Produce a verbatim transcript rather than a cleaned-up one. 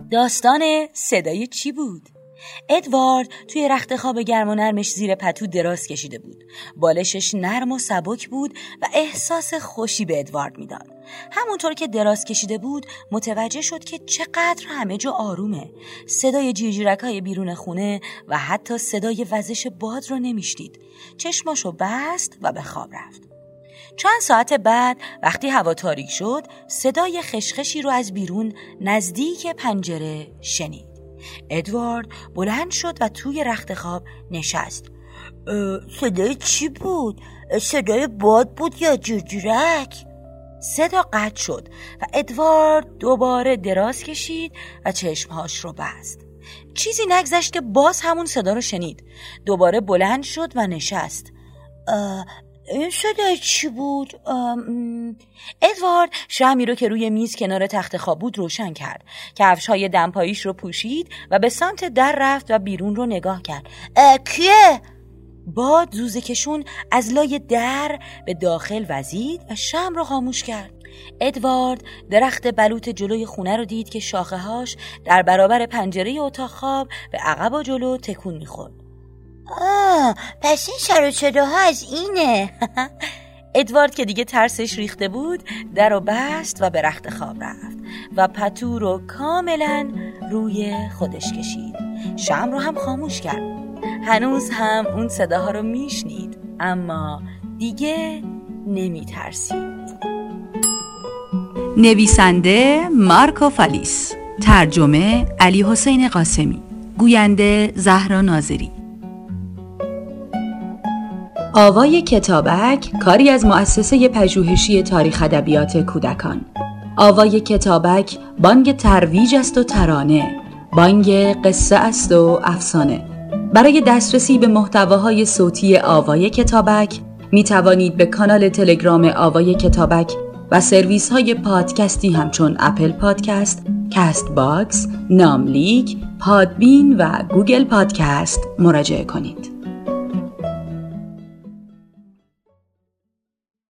داستان صدای چی بود؟ ادوارد توی رخت خواب گرم و نرمش زیر پتو دراز کشیده بود. بالشش نرم و سبک بود و احساس خوشی به ادوارد میداد. همونطور که دراز کشیده بود متوجه شد که چقدر همه جا آرومه. صدای جیرجیرک‌های بیرون خونه و حتی صدای وزش باد رو نمیشنید. چشماشو بست و به خواب رفت. چند ساعت بعد وقتی هوا تاریک شد صدای خشخشی رو از بیرون نزدیک پنجره شنید. ادوارد بلند شد و توی رخت خواب نشست. صدای چی بود؟ صدای باد بود یا جیرجیرک؟ صدا قطع شد و ادوارد دوباره دراز کشید و چشمهاش رو بست. چیزی نگذشت که باز همون صدا رو شنید. دوباره بلند شد و نشست. این صدای چی بود؟ ادوارد شمعی رو که روی میز کنار تخت خواب بود روشن کرد. کفش‌های دمپاییش رو پوشید و به سمت در رفت و بیرون رو نگاه کرد. کیه؟ باد زوزه کشون از لای در به داخل وزید و شمع رو خاموش کرد. ادوارد درخت بلوط جلوی خونه رو دید که شاخه‌هاش در برابر پنجره اتاق خواب به عقب و جلو تکون می‌خورد. آه پس این سر و صداها از اینه. ادوارد که دیگه ترسش ریخته بود در رو بست و به رخت خواب رفت و پتو رو کاملا روی خودش کشید. شمع رو هم خاموش کرد. هنوز هم اون صداها رو میشنید اما دیگه نمیترسید. نویسنده مارکو فالیس، ترجمه علی حسین قاسمی، گوینده زهرا ناظری. آوای کتابک کاری از مؤسسه پژوهشی تاریخ ادبیات کودکان. آوای کتابک بانگ ترویج است و ترانه، بانگ قصه است و افسانه. برای دسترسی به محتواهای صوتی آوای کتابک می توانید به کانال تلگرام آوای کتابک و سرویس های پادکستی همچون اپل پادکست، کست باکس، ناملیک، پادبین و گوگل پادکست مراجعه کنید.